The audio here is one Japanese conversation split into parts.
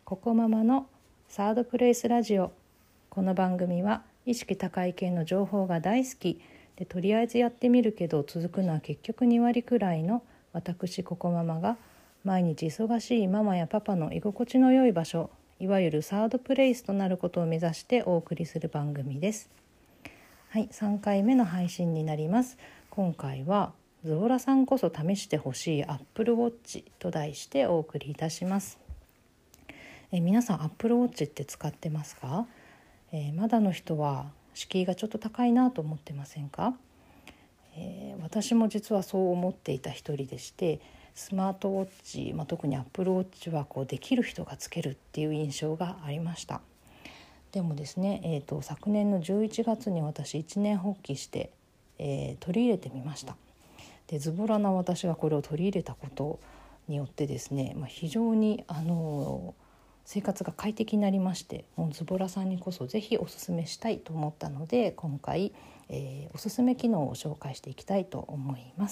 ココママのサードプレイスラジオ。この番組は意識高い系の情報が大好きで、とりあえずやってみるけど続くのは結局2割くらいの私ココママが、毎日忙しいママやパパの居心地の良い場所、いわゆるサードプレイスとなることを目指してお送りする番組です。はい、3回目の配信になります。今回はズボラさんこそ試してほしい Apple Watch と題してお送りいたします。皆さん Apple Watch って使ってますか？まだの人は敷居がちょっと高いなと思ってませんか？私も実はそう思っていた一人でして、スマートウォッチ、特に Apple Watch はできる人がつけるっていう印象がありました。でもですね、昨年の11月に私一年発起して、取り入れてみました。で、ズボラな私がこれを取り入れたことによってですね、非常に生活が快適になりまして、もうズボラさんにこそぜひおすすめしたいと思ったので、今回、おすすめ機能を紹介していきたいと思います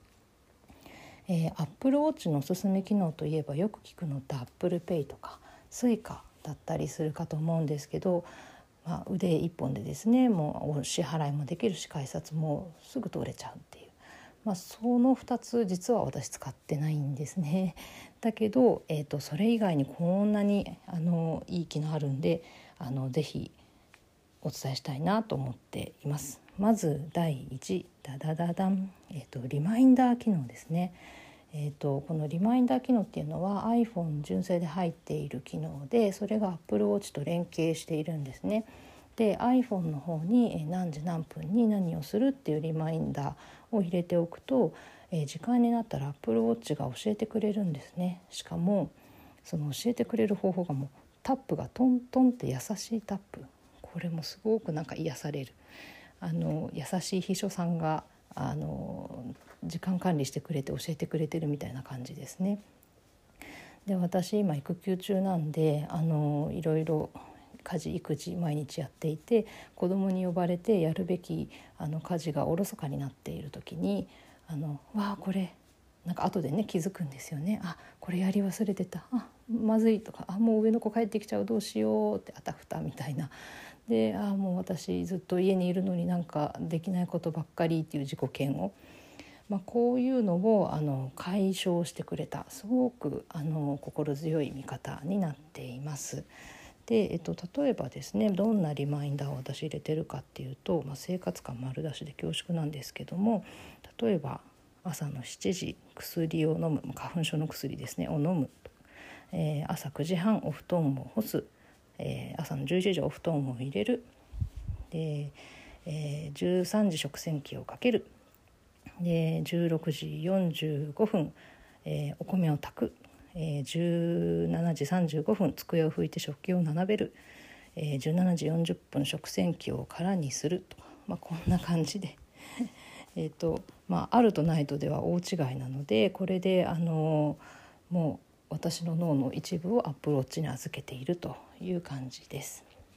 。Apple Watch のおすすめ機能といえばよく聞くのって Apple Pay とか Suica だったりするかと思うんですけど、腕一本でですね、もうお支払いもできるし改札もすぐ通れちゃうっていう、その2つ実は私使ってないんですね。だけど、それ以外にこんなにいい機能あるんで、ぜひお伝えしたいなと思っています。まず第1、ダダダダン、リマインダー機能ですね。このリマインダー機能っていうのは iPhone 純正で入っている機能で、それが Apple Watch と連携しているんですね。で iPhone の方に何時何分に何をするっていうリマインダーを入れておくと、時間になったら Apple Watch が教えてくれるんですね。しかもその教えてくれる方法がもうタップがトントンって優しいタップ、これもすごく癒される。優しい秘書さんが時間管理してくれて教えてくれてるみたいな感じですね。で、私今育休中なんでいろいろ家事育児毎日やっていて、子供に呼ばれてやるべき家事がおろそかになっている時にこれ後でね気づくんですよね。これやり忘れてた、まずいとか、もう上の子帰ってきちゃう、どうしようってあたふたみたいな。でもう私ずっと家にいるのにできないことばっかりっていう自己嫌悪、こういうのを解消してくれた、すごく心強い味方になっています。で、例えばですね、どんなリマインダーを私入れてるかっていうと、生活感丸出しで恐縮なんですけども、例えば朝の7時薬を飲む、花粉症の薬ですねを飲む、朝9時半お布団を干す、朝の11時お布団を入れる、で、13時食洗機をかける、で16時45分、お米を炊く、17時35分机を拭いて食器を並べる、17時40分食洗機を空にするとか、こんな感じであるとないとでは大違いなので、これでもう私の脳の一部をアップルウォッチに預けているという感じです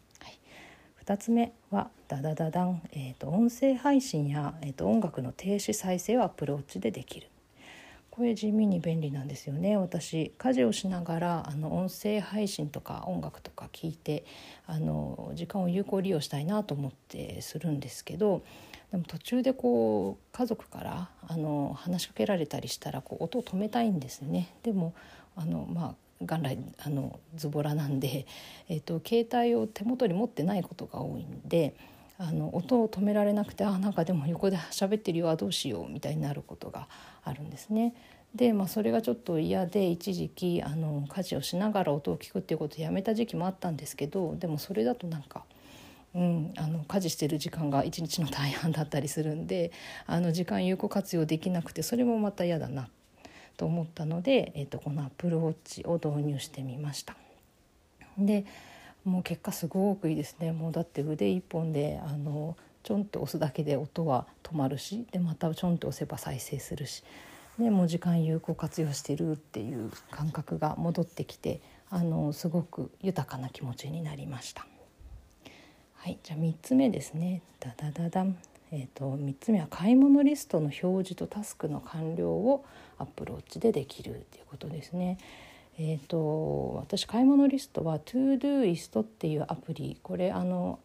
。2つ目はダダダダン、音声配信や、音楽の停止再生をアップルウォッチでできる。これ地味に便利なんですよね。私家事をしながら音声配信とか音楽とか聞いて時間を有効利用したいなと思ってするんですけど、でも途中で家族から話しかけられたりしたら音を止めたいんですね。でも元来ズボラなんで、携帯を手元に持ってないことが多いんで音を止められなくて、でも横で喋ってるよ、どうしようみたいになることがあるんですね。で、それがちょっと嫌で一時期家事をしながら音を聞くっていうことをやめた時期もあったんですけど、でもそれだと家事してる時間が一日の大半だったりするんで時間有効活用できなくて、それもまた嫌だなと思ったので、この Apple Watch を導入してみました。でもう結果すごくいいですね。もうだって腕一本でちょんと押すだけで音は止まるし、でまたちょんと押せば再生するし、でもう時間有効活用してるっていう感覚が戻ってきてすごく豊かな気持ちになりました。はい、じゃあ3つ目ですね。ダダダダン、3つ目は買い物リストの表示とタスクの完了を Apple Watch でできるということですね。 私買い物リストは ToDoist っていうアプリ、これ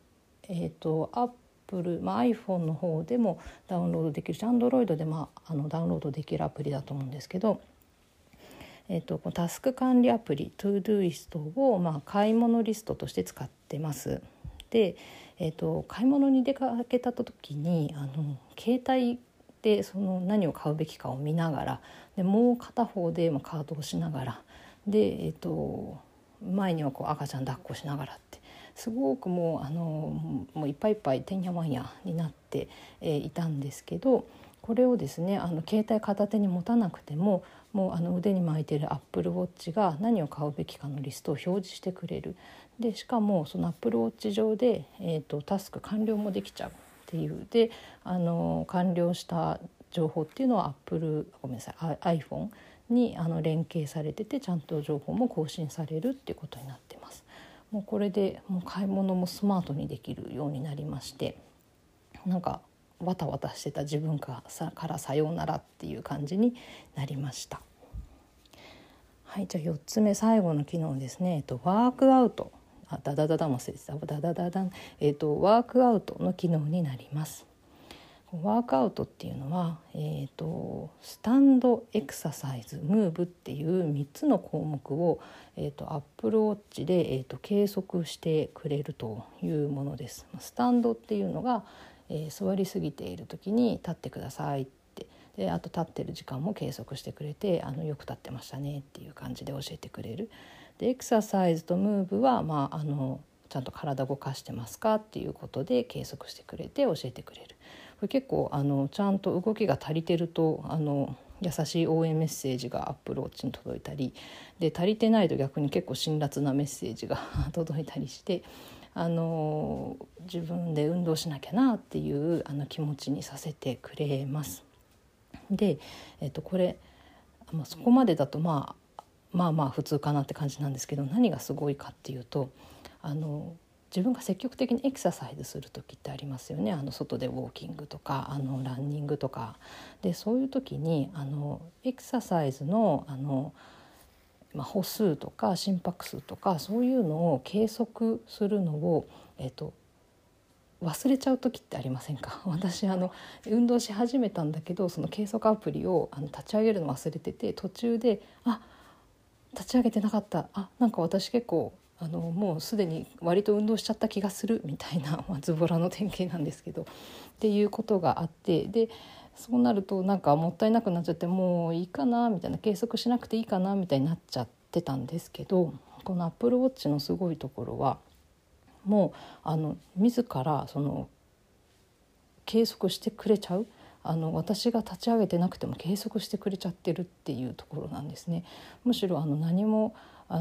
Apple、iPhone の方でもダウンロードできるし Android でダウンロードできるアプリだと思うんですけど、このタスク管理アプリ ToDoist を、買い物リストとして使ってます。で、買い物に出かけた時に携帯でその何を買うべきかを見ながら、でもう片方でカートをしながらで、前には赤ちゃん抱っこしながらってすごくもういっぱいいっぱいてんやわんやになって、いたんですけど、これをですね携帯片手に持たなくてももう腕に巻いている Apple Watch が何を買うべきかのリストを表示してくれる。でしかもその Apple Watch 上で、タスク完了もできちゃうっていうで完了した情報っていうのはiPhone に連携されててちゃんと情報も更新されるっていうことになってます。もうこれでもう買い物もスマートにできるようになりまして、なんかわたわたしてた自分からさようならっていう感じになりました。はい、じゃあ4つ目最後の機能ですね。ワークアウトワークアウトの機能になります。ワークアウトっていうのは、スタンドエクササイズムーブっていう3つの項目を、Apple Watch で、計測してくれるというものです。スタンドっていうのが、座りすぎている時に立ってくださいってで、あと立ってる時間も計測してくれてよく立ってましたねっていう感じで教えてくれる。でエクササイズとムーブは、ちゃんと体動かしてますかっていうことで計測してくれて教えてくれる。これ結構ちゃんと動きが足りてると優しい応援メッセージが Apple Watch に届いたりで、足りてないと逆に結構辛辣なメッセージが届いたりして自分で運動しなきゃなっていう気持ちにさせてくれます。で、これ、そこまでだとまあ普通かなって感じなんですけど、何がすごいかっていうと自分が積極的にエクササイズする時ってありますよね。外でウォーキングとかランニングとかで、そういう時にエクササイズの歩数とか心拍数とかそういうのを計測するのを、忘れちゃう時ってありませんか？私運動し始めたんだけどその計測アプリを立ち上げるの忘れてて、途中で立ち上げてなかった、なんか私結構もうすでに割と運動しちゃった気がするみたいな、ズボラの典型なんですけどっていうことがあって、でそうなるとなんかもったいなくなっちゃって、もういいかなみたいな、計測しなくていいかなみたいになっちゃってたんですけど、この Apple Watch のすごいところはもう自らその計測してくれちゃう、私が立ち上げてなくても計測してくれちゃってるっていうところなんですね。むしろ何も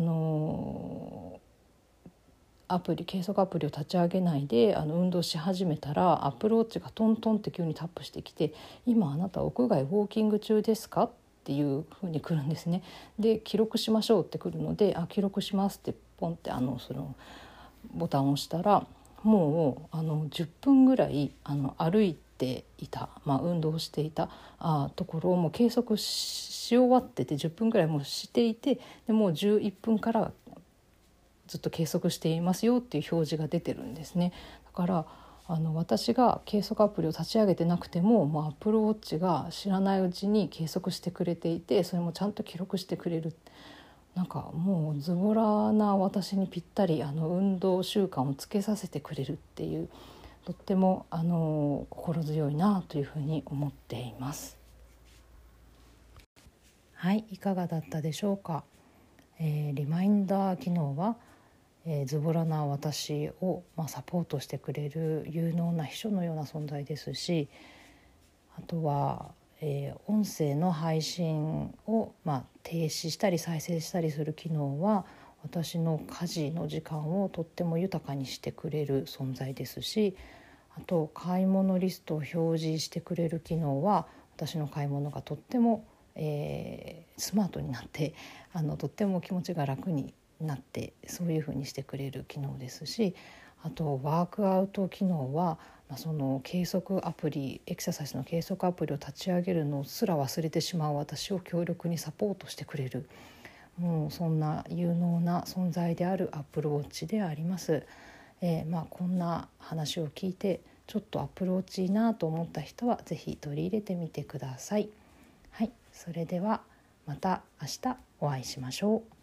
計測アプリを立ち上げないで運動し始めたら Apple Watch がトントンって急にタップしてきて、今あなた屋外ウォーキング中ですかっていう風に来るんですね。で記録しましょうって来るので、記録しますってポンってそのボタンを押したら、もう10分ぐらい歩いていた、運動していたところをもう計測し終わってて、10分ぐらいもうしていて、でもう11分からずっと計測していますよっていう表示が出てるんですね。だから私が計測アプリを立ち上げてなくても、もう Apple Watch が知らないうちに計測してくれていて、それもちゃんと記録してくれる。なんかもうズボラな私にぴったり運動習慣をつけさせてくれるっていう、とっても心強いなというふうに思っています。はい、いかがだったでしょうか。リマインダー機能はズボラな私を、サポートしてくれる有能な秘書のような存在ですし、あとは、音声の配信を、停止したり再生したりする機能は私の家事の時間をとっても豊かにしてくれる存在ですし、あと買い物リストを表示してくれる機能は私の買い物がとっても、スマートになってとっても気持ちが楽になって、そういうふうにしてくれる機能ですし、あとワークアウト機能は、その計測アプリエクササイズの計測アプリを立ち上げるのすら忘れてしまう私を強力にサポートしてくれる。 もうそんな有能な存在である Apple Watch であります。こんな話を聞いてちょっとApple Watchいいなと思った人はぜひ取り入れてみてください。はい、それではまた明日お会いしましょう。